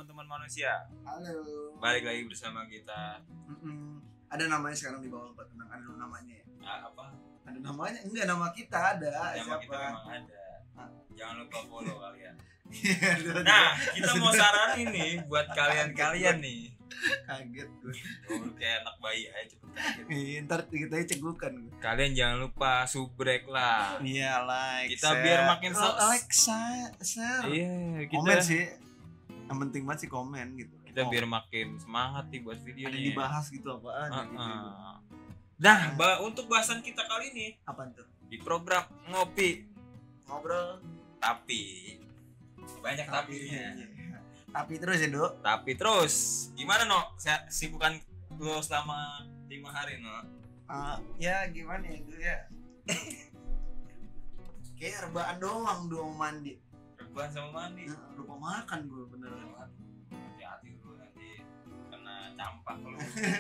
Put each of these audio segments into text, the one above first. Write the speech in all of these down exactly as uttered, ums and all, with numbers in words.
teman-teman manusia. Halo. Balik lagi bersama kita. Mm-mm. Ada namanya sekarang di bawah Pak Tenang. Ada namanya ya? Ah, apa? Ada namanya? Enggak, nama kita ada. Nama Siapa? kita memang ada. Ah. Jangan lupa follow kalian. Nah, Nah, kita mau saranin nih buat kalian-kalian nih. kaget gue. Oh, kayak anak bayi aja cepet kaget. Ih, ntar kita cegukan gue. Kalian jangan lupa subrek lah. Iya, like. Kita share. biar makin Oh, so- like, share, share. Iya, kita Komen sih. Yang penting banget sih komen gitu. kita Oh, biar makin semangat nih buat ada videonya. yang dibahas gitu apaan Uh-uh. gitu. Nah, ba- untuk bahasan kita kali ini Apaan tuh? di program ngopi Ngobrol. tapi banyak tapinya. Iya. Tapi terus ya, Dok. Tapi terus gimana no? Saya sibukan lo selama lima hari no? Uh, ya gimana ya itu ya. Kayak rebahan doang doang mandi. Rebahan sama mandi. Nah, lupa makan gue beneran. Hati-hati dulu nanti kena campak lo.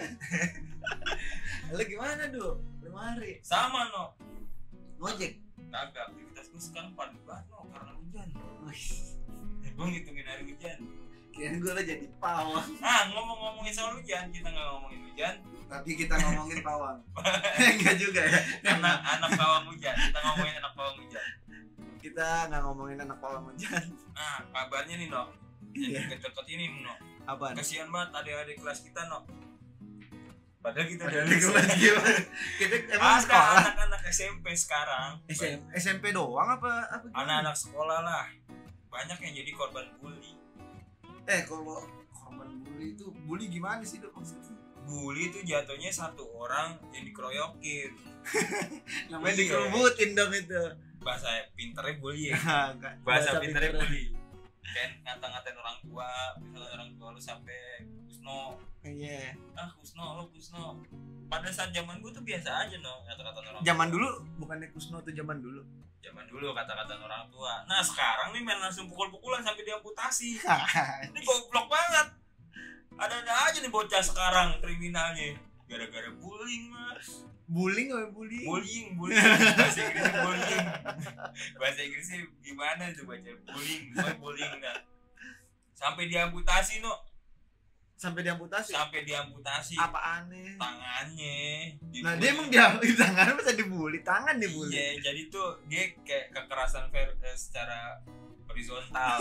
Lu gimana, Dok? Lima hari. Sama no. Ngojek. Kagak, aktivitas gue sekarang padat banget no karena hujan. Wih, Gue ngitungin hari hujan. kirain gue lah jadi pawang. Ah, ngomong-ngomongin soal hujan, kita nggak ngomongin hujan. Tapi kita ngomongin pawang. Enggak juga ya. Anak anak pawang hujan. Kita ngomongin anak pawang hujan. Kita nggak ngomongin anak pawang hujan. Nah, kabarnya nih no. Jadi Iya. deket-deket ini no. Apaan? Kasihan banget adik-adik kelas kita no. Padahal kita Ada dari di kelas gimana? Kita emang ada sekolah. anak-anak S M P sekarang. S M S M P doang apa apa gimana? Anak-anak sekolah lah. Banyak yang jadi korban bully. Eh kalau korban bully itu bully gimana sih, Dok, maksudnya? Bully itu jatuhnya satu orang yang dikeroyokin. Namanya Iya. dikerubutin dong itu. Bahasa pinternya bully ya. Enggak. Bahasa pinternya bully. Kan ngata-ngatain orang tua, misalnya orang tua lu sampai Kusno, Iya. ah Kusno, lo Kusno. Pada saat zaman gue tuh biasa aja no, kata-kata orang Zaman tua. dulu bukannya Kusno tuh zaman dulu. Zaman dulu kata-kata orang tua. Nah sekarang nih main langsung pukul-pukulan sampai diamputasi. Ini goblok banget. Ada-ada aja nih bocah sekarang kriminalnya. Gara-gara bullying mas. Bullying apa bullying? Bullying, bullying. Bahasa Inggrisnya bullying. Bahasa Inggrisnya gimana tuh baca bullying, Boy, bullying dah. Sampai diamputasi no. Sampai diamputasi. Sampai diamputasi. Apa aneh? Tangannya. Nah, dibully. dia emang dia di tangan bisa dibully, tangan dibully. Iya, jadi tuh dia kayak kekerasan ver- eh, secara horizontal.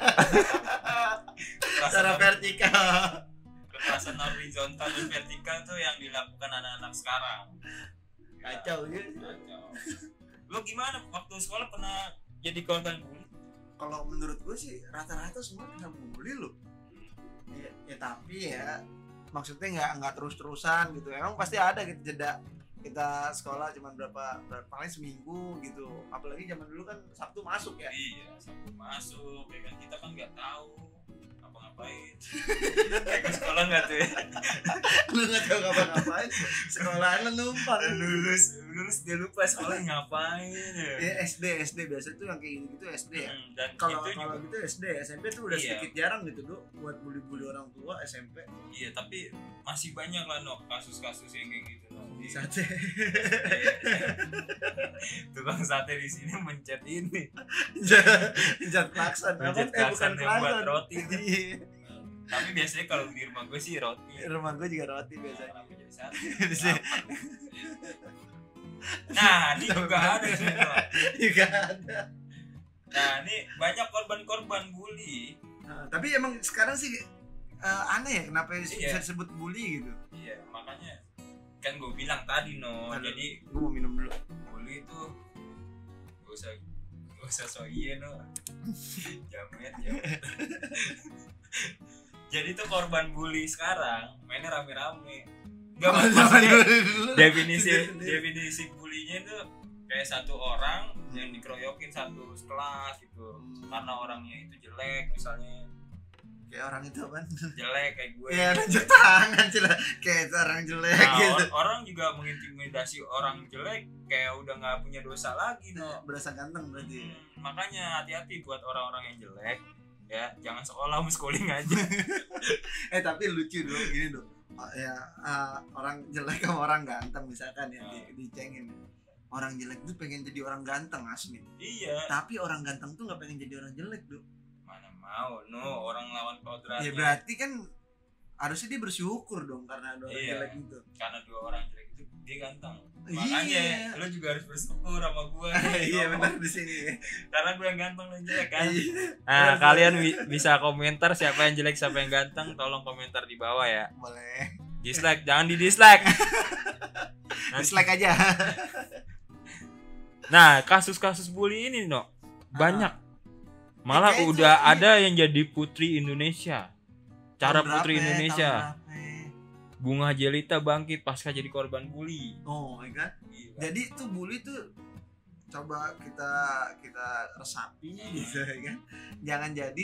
Kekerasan Secara hor- vertikal. kekerasan horizontal dan vertikal tuh yang dilakukan anak-anak sekarang. Kacau ya. Kacau. Lo gimana waktu sekolah pernah jadi korban bully? Kalau menurut gue sih rata-rata semua kena bully loh. Ya, ya tapi ya maksudnya nggak nggak terus-terusan gitu. Emang pasti ada gitu jeda kita sekolah cuma berapa, berapa paling seminggu gitu. Apalagi zaman dulu kan Sabtu masuk ya. Iya, sampai masuk, ya kan kita kan nggak tahu apa-ngapain. Kayak ke sekolah nggak tuh ya? Lu nggak tahu ngapa-ngapain. Sekolahan lu numpang. lulus, lulus dia lupa sekolah ngapain ya. Ya S D S D biasa tuh yang kayak gitu S D ya. Hmm, dan Kalau itu kalau juga, gitu S D, S M P tuh udah Iya. sedikit jarang gitu tuh buat bully-bully orang tua S M P. iya tapi masih banyak lah no kasus-kasus yang kayak gitu no. Di Sate. tukang sate di sini mencet ini, Jat klakson. Apa? mencet Eh bukan klakson yang buat klakson. roti. Iya. Tapi biasanya kalau di rumah gue sih roti. Rumah gue juga roti biasanya. Kenapa jadi sate? Di sini. Nah, ini juga ada sih, no. Juga ada. Nah, ini banyak korban-korban bully. Nah, tapi emang sekarang sih eh, aneh ya kenapa Iya. bisa disebut bully gitu. Iya, makanya kan gue bilang tadi no, Aduh. jadi Gue mau minum dulu. bully itu gak usah gak usah so iya no, jamet jamet. Jadi tuh korban bully sekarang mainnya rame-rame. Gak Zaman maksudnya dulu. definisi Sendiri-sendiri. definisi bullynya tuh kayak satu orang yang dikeroyokin satu kelas gitu Hmm. karena orangnya itu jelek misalnya, Kayak orang itu kan. jelek kayak gue. Ya lanjut tangan sih lah. Kayak orang jelek Nah, gitu. or- orang juga mengintimidasi orang jelek kayak udah nggak punya dosa lagi no. Berasa ganteng berarti. Hmm, makanya hati-hati buat orang-orang yang jelek ya, jangan sekolah homeschooling aja. Eh tapi lucu dulu gini dong. Oh, ya uh, orang jelek sama orang ganteng misalkan ya di, dicengin. Orang jelek tuh pengen jadi orang ganteng asli. Iya. Tapi orang ganteng tuh nggak pengen jadi orang jelek tuh. Mana mau no orang lawan kodratnya. Ya berarti kan harusnya dia bersyukur dong karena ada orang Iya. jelek gitu. Karena dua orang jelek itu dia ganteng. Makanya Iya. lu juga harus bersyukur sama gua. Iya benar di sini. Karena gua yang ganteng dan jelek kan. Iya. Nah, kalian bi- bisa komentar siapa yang jelek, siapa yang ganteng, tolong komentar di bawah ya. Boleh. Dislike, jangan di dislike. Dislike aja. Nah, kasus-kasus bully ini, no, banyak. Malah kayaknya udah itu- ada yang jadi putri Indonesia. Cara Tahun putri berapa ya? Indonesia. Tahun berapa ya? Bunga Jelita bangkit pasca jadi korban bully. Oh, ya kan? Gila. Jadi tuh bully tuh coba kita kita resapi gitu ya kan. Jangan jadi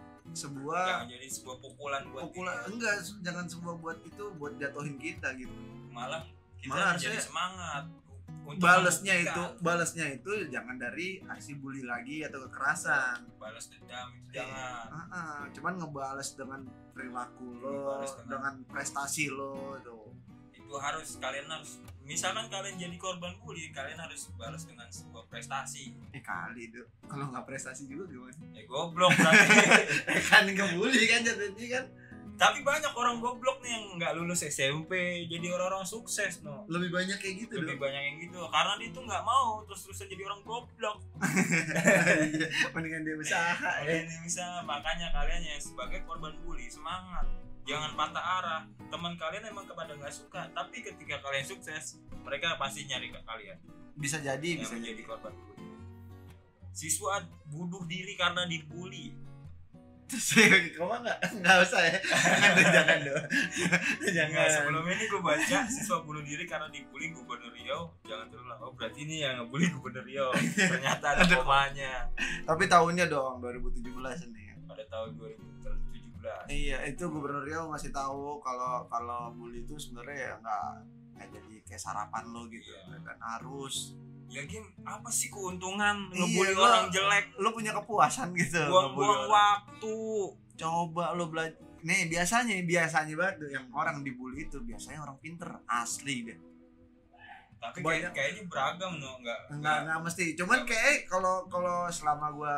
sebuah Jangan jadi sebuah pukulan buat pukulan kita. enggak jangan sebuah buat itu buat jatuhin kita gitu. Malah kita Malah menjadi harusnya semangat untuk Balesnya itu membuktikan. balesnya itu jangan dari aksi bully lagi atau kekerasan. balas dendam itu jangan. Heeh, cuman ngebales dengan perilaku lo, Ngebales dengan- dengan prestasi lo itu. Itu harus kalian harus misalkan kalian jadi korban bully, kalian harus balas dengan sebuah prestasi. Eh kali itu kalau nggak prestasi juga gimana? Ya goblok berarti. Eh kan ngebully kan jadinya kan Tapi banyak orang goblok nih yang nggak lulus S M P jadi orang-orang sukses, no. lebih banyak kayak gitu Lebih dong. banyak yang gitu karena dia tuh nggak mau terus-terusan jadi orang goblok. Mendingan dia usaha ya. Ini bisa makanya kalian yang sebagai korban bully semangat, jangan patah arah. Teman kalian emang kepada nggak suka, tapi ketika kalian sukses mereka pasti nyari ke kalian Bisa jadi yang bisa menjadi jadi. korban bully. Siswa bunuh diri karena dibully. Terus kamu nggak nggak usah ya. Jangan dong, jangan dong. Jangan. Nah, sebelum ini gue baca siswa bunuh diri karena dibully Gubernur Riau. Jangan terulang. Oh berarti ini yang ngebully Gubernur Riau. Ternyata ada komanya Tapi tahunnya dong dua ribu tujuh belas ini. pada tahun dua ribu tujuh belas. Iya, itu Gubernur Riau ngasih tahu kalau kalau bully itu sebenarnya ya nggak nggak jadi kayak sarapan lo gitu. Iya. Dan harus Ya game apa sih keuntungan Iya, ngebully lo- orang jelek, lo punya kepuasan gitu. buang-buang ngebully orang. waktu. Coba lo belajar. Nih biasanya biasanya banget tuh yang orang dibully itu biasanya orang pinter asli deh. Tapi Banyak. kayak, kayaknya beragam no, enggak Enggak enggak mesti. Cuman Nggak kayak kalau kalau selama gua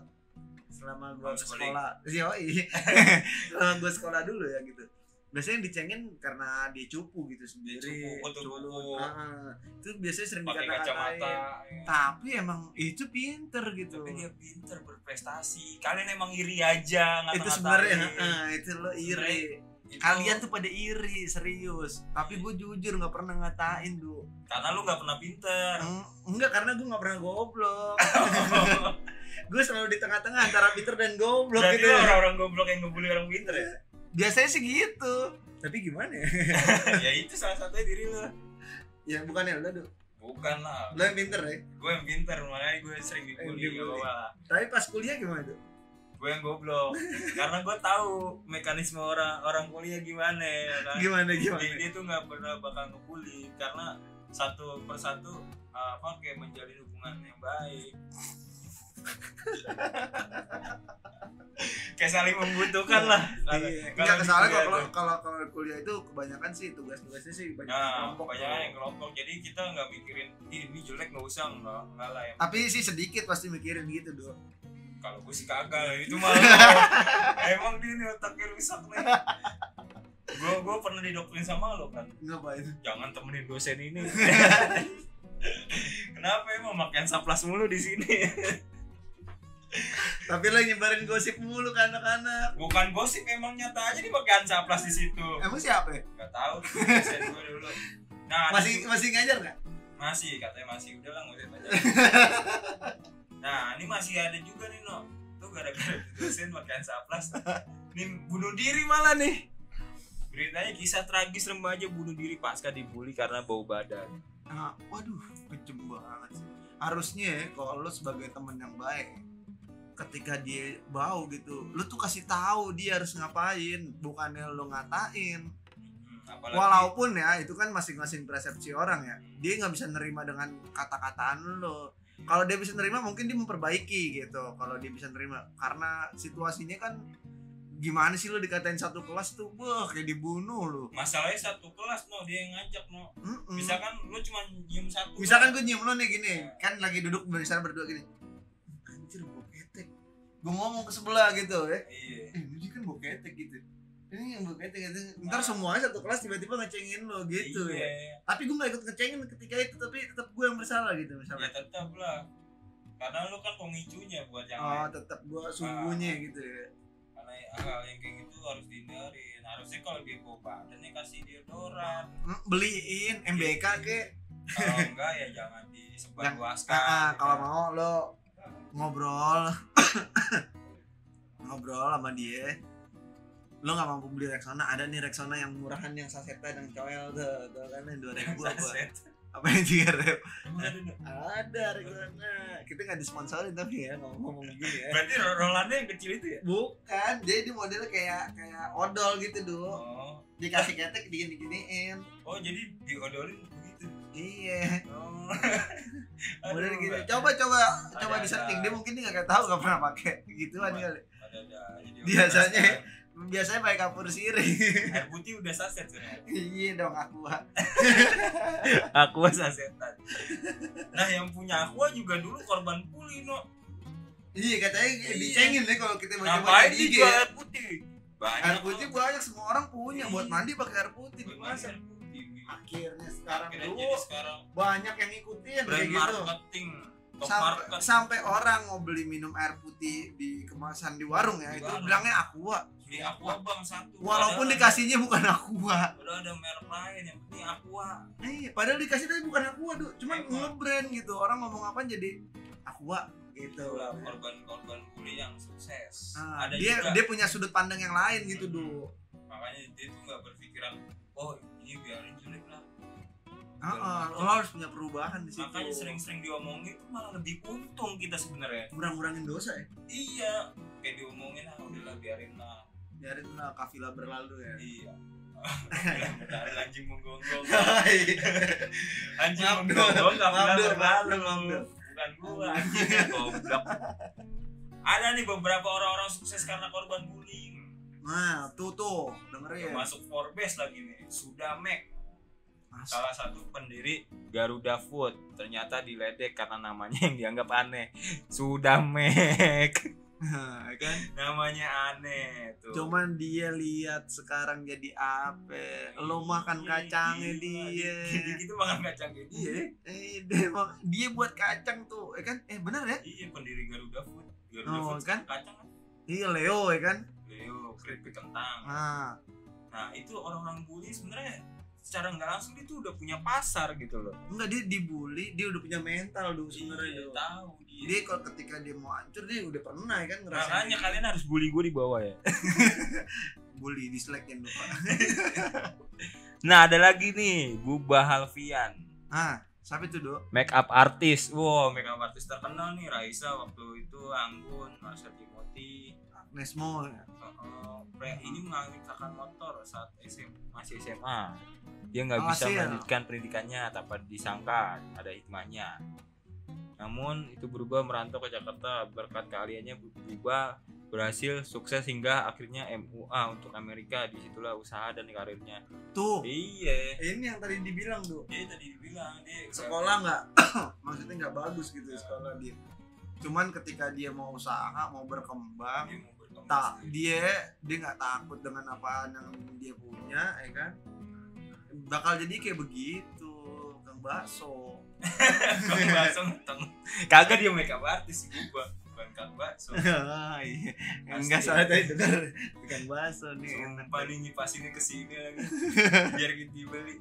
selama gua Homeschooling. sekolah, yoi. Selama gua sekolah dulu ya gitu. Biasanya yang dicengin karena dia cupu gitu sendiri. Dia cupu, betul, culun. cupu. Ah, itu biasanya sering pakai dikata-katain. kacamata. ya. Tapi emang itu pinter gitu. Tapi dia pinter berprestasi. Kalian emang iri aja ngata-ngatain. Itu sebenarnya ah, itu lo iri. Itu- Kalian tuh pada iri serius. Tapi gue jujur nggak pernah ngatain tuh. karena lu nggak pernah pinter. Eng- Enggak karena gue nggak pernah goblok. Gue selalu di tengah-tengah antara pinter dan goblok Berarti gitu. lu orang-orang goblok yang ngebully orang pinter ya? Biasanya sih gitu. Tapi gimana ya? Ya itu salah satunya diri lu. Ya bukannya lo tuh. Bukan lah. Lo yang pinter ya. Gue yang pinter, makanya gue sering dibully. Yang dibully. Gak apa-apa. Tapi pas kuliah gimana tuh? Gue yang goblok. Karena gue tahu mekanisme orang orang kuliah gimana ya kan. Gimana gimana? Dia, dia tuh nggak pernah bakal ngebully karena satu persatu apa kayak menjalin hubungan yang baik. Kayak saling membutuhkan lah. Iya. Kalau Enggak di kesalahan kuliah kalau tuh. kalau kalau kuliah itu kebanyakan sih tugas-tugasnya sih banyak Nah, kelompok. kebanyakan yang kelompok. Jadi kita nggak mikirin "Ih, ini jelek nggak usah nggak nggak lah yang Tapi sih sedikit pasti mikirin gitu dong. kalau gue sih kagak itu malah emang dia nih otaknya rusak nih. Gue gue pernah didoktrin sama lo kan. Ngapain? Jangan temenin dosen ini. Kenapa emang makan saplas mulu di sini? Tapi lo nyebarin gosip mulu ke anak-anak. Bukan gosip, emang nyata aja dia pakai saplas di situ. Emang siapa ya? Gak tahu tuh dosen gue dulu. Nah, Masih di- masih ngajar nggak? masih katanya masih udah lah nggak usah tanya. Nah, ini masih ada juga nih no. Tuh gara-gara dosen pakai saplas. Nih bunuh diri malah nih. Beritanya kisah tragis remaja bunuh diri pasca dibully karena bau badan. Nah, waduh, kejem banget sih. Harusnya ya, kalau lo sebagai teman yang baik, ketika dia bau gitu, lo tuh kasih tahu dia harus ngapain, bukannya lo ngatain. Hmm, apalagi Walaupun ya itu kan masing-masing persepsi orang ya, dia nggak bisa nerima dengan kata-kataan lo. Kalau dia bisa nerima mungkin dia memperbaiki gitu. Kalau dia bisa nerima, karena situasinya kan gimana sih lo dikatain satu kelas tuh, wah kayak dibunuh lo. masalahnya satu kelas no dia yang ngajak no. Mm-mm. Misalkan lu cuma nyium satu. Misalkan gue nyium lo nih gini, kan lagi duduk misalnya berdua gini, anjir bau ketek, gue ngomong ke sebelah gitu ya. Iya. Eh, lu kan bau ketek gitu. Ini yang bau ketek gitu. Ntar semuanya satu kelas tiba-tiba ngecengin lo gitu Iya. ya. Tapi gue gak ikut ngecengin ketika itu, tapi tetap gue yang bersalah gitu Ya misalnya. tetap lah. Karena lu kan pemicunya buat yang Oh, lain. tetap gue sungguhnya gitu ya. Karena hal yang kayak gitu harus dihindarin. Harusnya kalau dia bawa badannya kasih deodoran. Hmm, beliin M B K kek. Kalau enggak ya jangan disebarluaskan. Ah, ah, ya kalau kan? mau lo ngobrol ngobrol sama dia, lo nggak mampu beli Rexona, ada nih Rexona yang murahan yang sasetnya yang coel tuh, tuh kan yang dua ribu apa Saset. apa yang tiga ribu Emang ada, Dok? ada Rexona, kita nggak disponsorin tapi ya ngomong gini ya. Berarti rolannya yang kecil itu ya? Bukan, dia di modelnya kayak kayak odol gitu dulu, Oh. dikasih ketek digini diginiin. Oh, jadi diodolin begitu. Iya, Oh. model Aduh, gitu. Mbak. Coba coba Ada, coba di setting, ada. dia mungkin dia nggak tahu nggak pernah pakai gituan kali. Ada-ada aja dia. Biasanya biasanya pakai kapur sirih. air putih udah saset sebenarnya. Iya dong Aqua. Aqua sasetan. Nah, yang punya Aqua juga dulu korban bully, no. Iya katanya Iya. dicengin deh kalau kita baca baca Ngapain di I G dijual ya. air putih? Banyak Air putih kok. banyak, semua orang punya, buat Iya. mandi pakai air putih di Buat pasar. air putih. Akhirnya sekarang Akhirnya dulu jadi sekarang banyak yang ngikutin brand kayak gitu. marketing, top Sampai, market. sampai orang mau beli minum air putih di kemasan di warung ya, Di itu warung. bilangnya Aqua. Di Aqua bang satu. Walaupun Padahal- dikasihnya bukan Aqua. Udah ada merek lain yang penting Aqua. Iya, padahal dikasih tapi bukan Aqua, Duh. Cuman Emang. nge-brand gitu. Orang ngomong apa jadi Aqua gitu. Itulah korban-korban bully yang sukses. Nah, ada dia juga. dia punya sudut pandang yang lain gitu, Hmm. Duh. Makanya dia tuh nggak berpikiran, oh ini biarin jelek lah. Heeh, lo harus punya perubahan di situ. Makanya sering-sering diomongin itu malah lebih untung kita sebenarnya. ngurang-ngurangin dosa ya. Iya, kayak diomongin ah udahlah biarin lah. Biarin lah kafilah berlalu ya. Iya. Benar anjing menggonggong. Anjing Maaf, Dok. menggonggong Maaf, kafilah Dok. berlalu. Maaf, Dok. Bukan gua anjing goblok. Ada nih beberapa orang-orang sukses karena korban bullying. Nah, tuh tuh, dengerin. Masuk Forbes lagi nih, Sudamek. Mas, Salah satu pendiri Garuda Food ternyata diledek karena namanya yang dianggap aneh. Sudamek. nah, kan? Namanya aneh tuh. Cuman dia lihat sekarang jadi apa? Lo makan kacangnya dia. Gitu makan kacangnya dia. Eh, dia, mak- dia buat kacang tuh, ya kan? Eh, benar ya? Iya, pendiri Garuda Food. Garuda Oh, Food kan? kacang kan. Iya, Leo, ya kan? Leo, keripik kentang. Nah, Nah, itu orang-orang bully sebenarnya secara nggak langsung dia tuh udah punya pasar gitu loh. enggak, dia dibully, dia udah punya mental dulu sebenarnya Iya, dulu. tahu dia. Dia kalau ketika dia mau hancur dia udah pernah ya kan ngerasain. Makanya kayak kalian harus bully gue di bawah ya. bully dislike-in lupa. Nah, ada lagi nih, Buba Halfian. Ah, siapa itu, Dok? Make up artist. Wow, make up artist terkenal nih. Raisa waktu itu, Anggun, Marsha Timothy. Agnes Mo. Ya. Uh, uh, ini mengalihkan motor saat S M, masih S M A. Dia nggak bisa Hasil. melanjutkan pendidikannya tanpa disangka ada hikmahnya. Namun itu berubah merantau ke Jakarta berkat keahliannya. Buba berhasil sukses hingga akhirnya M U A untuk Amerika. Disitulah usaha dan karirnya. Tuh, Iya. ini yang tadi dibilang, Dok. Dia tadi dibilang dia Sekolah nggak maksudnya nggak bagus gitu sekolah dia. Cuman ketika dia mau usaha, mau berkembang, dia mau berkembang tak sendiri. dia dia nggak takut dengan apa yang dia punya, ya kan? Bakal jadi kayak begitu, Kang Bakso. Kang Bakso ngenteng. Kagak dia make up artist sih Buba, bukan Kang Bakso. Iya. Pasti. Enggak salah tadi dengar Kang Bakso nih. enak. Sumpah nih nyipasinnya kesini lagi biar kita dibeli.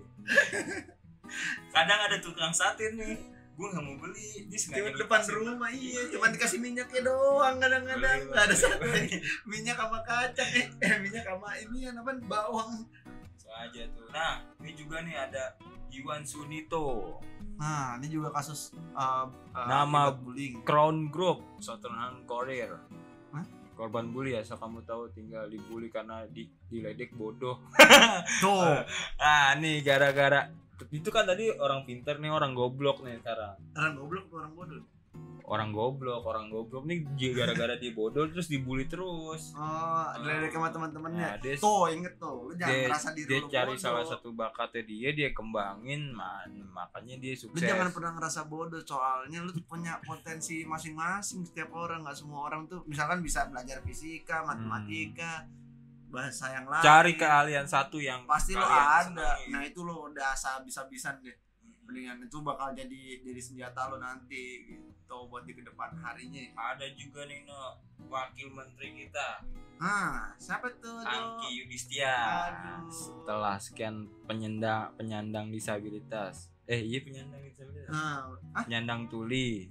Kadang ada tukang sate nih, gue nggak mau beli, dia sengaja Cuma depan nyipasin. rumah, iya, cuman dikasih minyaknya doang kadang-kadang. Beli, Nggak ada beli, sate. beli. Minyak sama kacang eh, eh minyak sama ini ya apa bawang. So aja tuh. Nah, ini juga nih ada Iwan Sunito, Nah, ini juga kasus uh, uh, Nama akibat bullying. Crown Group, Southern Courier. Hah? Korban bully asal kamu tahu tinggal dibully karena di, diledek bodoh. Tuh, Ah, nih gara-gara itu kan tadi orang pinter nih orang goblok nih sekarang. orang goblok orang bodoh. orang goblok, orang goblok nih j- gara-gara dia bodoh terus dibully terus. Oh, dari sama teman-temannya. Nah, dia Tuh, inget tuh, lu jangan dia, merasa diri dia lu cari bodoh. salah satu bakatnya dia, dia kembangin, man, makanya dia Lu sukses. jangan pernah ngerasa bodoh, soalnya lu tuh punya potensi masing-masing. Setiap orang, nggak semua orang tuh misalkan bisa belajar fisika, matematika, bahasa yang lain. Cari keahlian satu yang Pasti lo kalian ada. senangi. Nah, itu lo udah asa bisa-bisan deh. Mendingan itu bakal jadi jadi senjata lo nanti gitu buat di kedepan harinya. Ada juga nih no wakil menteri kita Hah, siapa tuh? Angki Yudhistia. Aduh. Setelah sekian penyandang penyandang disabilitas, eh iya penyandang disabilitas, Nah, ah? penyandang tuli,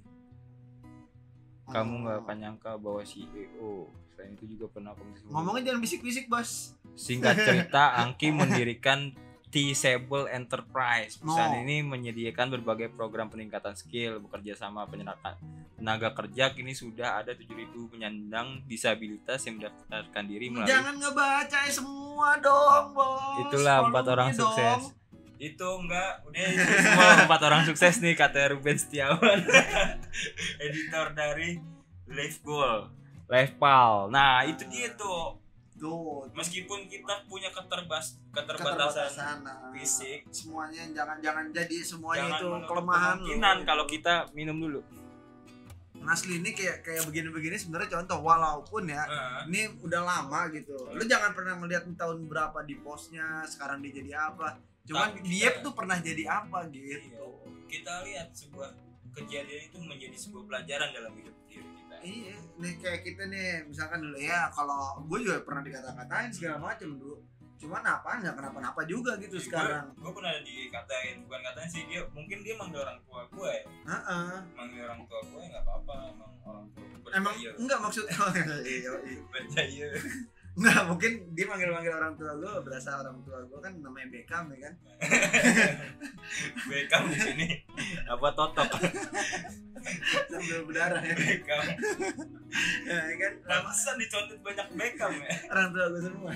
kamu Oh. nggak akan nyangka bahwa C E O selain itu juga pernah komisi. Ngomongnya jangan bisik-bisik, Bos. Singkat cerita, Angki mendirikan T-Sable Enterprise. Perusahaan No. ini menyediakan berbagai program peningkatan skill, bekerja sama penyerapan tenaga kerja. Kini sudah ada tujuh ribu penyandang disabilitas yang mendaftarkan diri melalui. Jangan ngebaca semua dong, Bos. Itulah empat Volumenya orang dong. sukses. Itu enggak udah itu Semua empat orang sukses nih kata Ruben Setiawan, editor dari Live Goal. Level. Nah itu dia tuh. Tuh, Meskipun kita punya keterbas keterbatasan keterbatasan nah, fisik, semuanya jangan jangan jadi semuanya jangan itu menutup kelemahan lo. Kemungkinan kalau kita minum dulu. Asli ini kayak kayak begini-begini sebenarnya contoh, walaupun ya Heeh. ini udah lama gitu. Lu jangan pernah ngeliat tahun berapa di postnya, sekarang dia jadi apa. Cuman Tapi dia kita- tuh pernah jadi apa gitu. Iya. Kita lihat sebuah kejadian itu menjadi sebuah pelajaran dalam hidup diri kita. Iya, nih kayak kita nih misalkan dulu ya, kalau gue juga pernah dikata-katain segala macam dulu. Cuman apa nggak kenapa-napa juga gitu sekarang. Gue pernah dikatain, bukan katanya sih dia, mungkin dia manggil orang tua gue ya. Heeh. Manggil orang tua gue nggak apa-apa, emang orang tua gue Emang berjaya. enggak maksud iya, iya. Berjaya. Enggak, mungkin dia manggil-manggil orang tua gue berasa orang tua gue kan namanya Beckham ya kan. Beckham di sini. Apa totok? Sambil berdarah ya. Beckham. Ya kan. Pantesan dicontet banyak Beckham ya. Orang tua gue semua.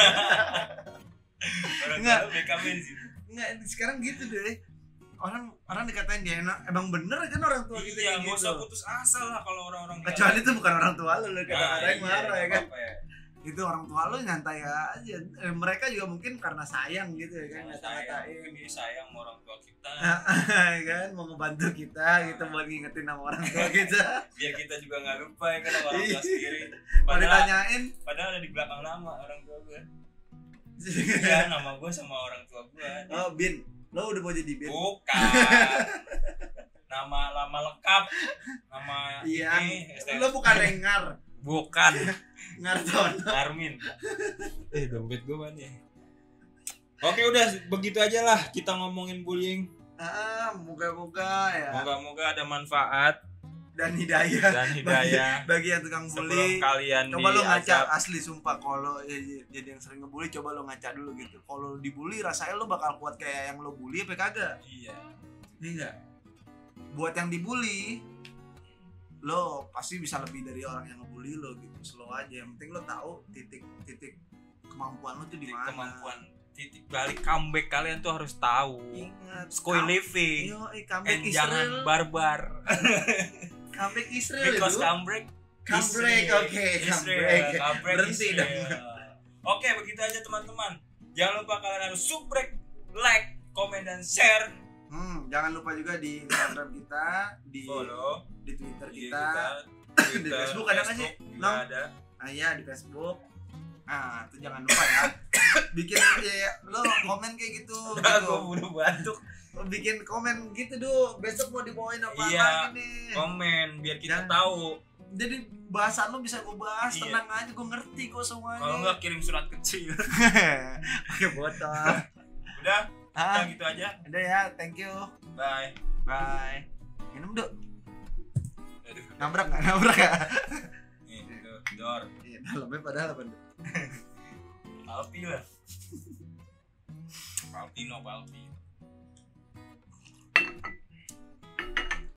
Orang Nggak. tua Beckhamnya di sini. Enggak, sekarang gitu deh. Orang orang dikatain dia enak, emang bener kan orang tua kita Iya, kayak nggak gitu. usah putus asa lah kalau orang-orang Kecuali itu bukan orang tua lu, lu Nah, kadang-kadang iya, marah ya nggak kan. apa-apa ya. Itu orang tua lu nyantai aja. Eh, mereka juga mungkin karena sayang gitu ya kan, Karena sayang, ngata-ngatain. mungkin dia sayang sama orang tua kita. Ya kan mau ngebantu kita gitu buat ngingetin sama orang tua kita. Biar kita juga nggak lupa ya kan sama orang tua Iya. sendiri. Kalau Padahal, ditanyain, padahal ada di belakang nama orang tua gue. Iya, nama gue sama orang tua gue. oh Bin, lo udah mau jadi Bin? Bukan. Nama lama lengkap. Nama Iya, ini S T M. lo bukan Rengar, Bukan. Ngartono. Armin. Eh dompet gue mana? Oke, udah begitu aja lah kita ngomongin bullying. Ah, moga-moga ya. Moga-moga ada manfaat Dan hidayah. Dan hidayah. Bagi yang tukang Sebelum bully. kalian Coba lo ngaca, diazab. asli sumpah kalau ya, jadi yang sering ngebully, coba lo ngaca dulu gitu. Kalau dibully rasanya lo bakal kuat kayak yang lo bully apa kagak? Iya. Iya. Buat yang dibully, lo pasti bisa lebih dari orang yang ngebully lo gitu. Slow aja. Yang penting lo tahu titik-titik kemampuan lo tuh di Di mana. kemampuan Titik balik comeback kalian tuh harus tahu. Ingat. Skoy Kam- living. Yo, eh, comeback And jangan Israel. barbar. Comeback Israel because itu. comeback Comeback, Israel. oke, Israel. comeback. Comeback Berhenti Israel. Oke, begitu aja teman-teman. Jangan lupa kalian harus subscribe, like, komen dan share. Hmm, jangan lupa juga di Instagram kita, di Follow di Twitter di kita. kita, Di Facebook ada nggak sih? juga Long? ada. Ah iya, di Facebook. Ah, itu jangan lupa ya. Bikin ya, lo komen kayak gitu. Udah, gitu. gue bunuh batuk. Lo bikin komen gitu dulu. Besok mau dibawain apa Iya, lagi nih? Komen biar kita Dan- tahu. Jadi bahasan lo bisa gue bahas, Iya. tenang aja, gue ngerti kok semuanya. Kalau enggak kirim surat kecil. Oke, botol. Udah, Ah, udah gitu aja. udah ya, thank you. Bye. Bye. Minum dulu. Aduh. Nabrak nggak? Nabrak nggak? Nih, tuh, door. Iya, dalamnya padahal apa? Alpi lah. Valtino, Valpi.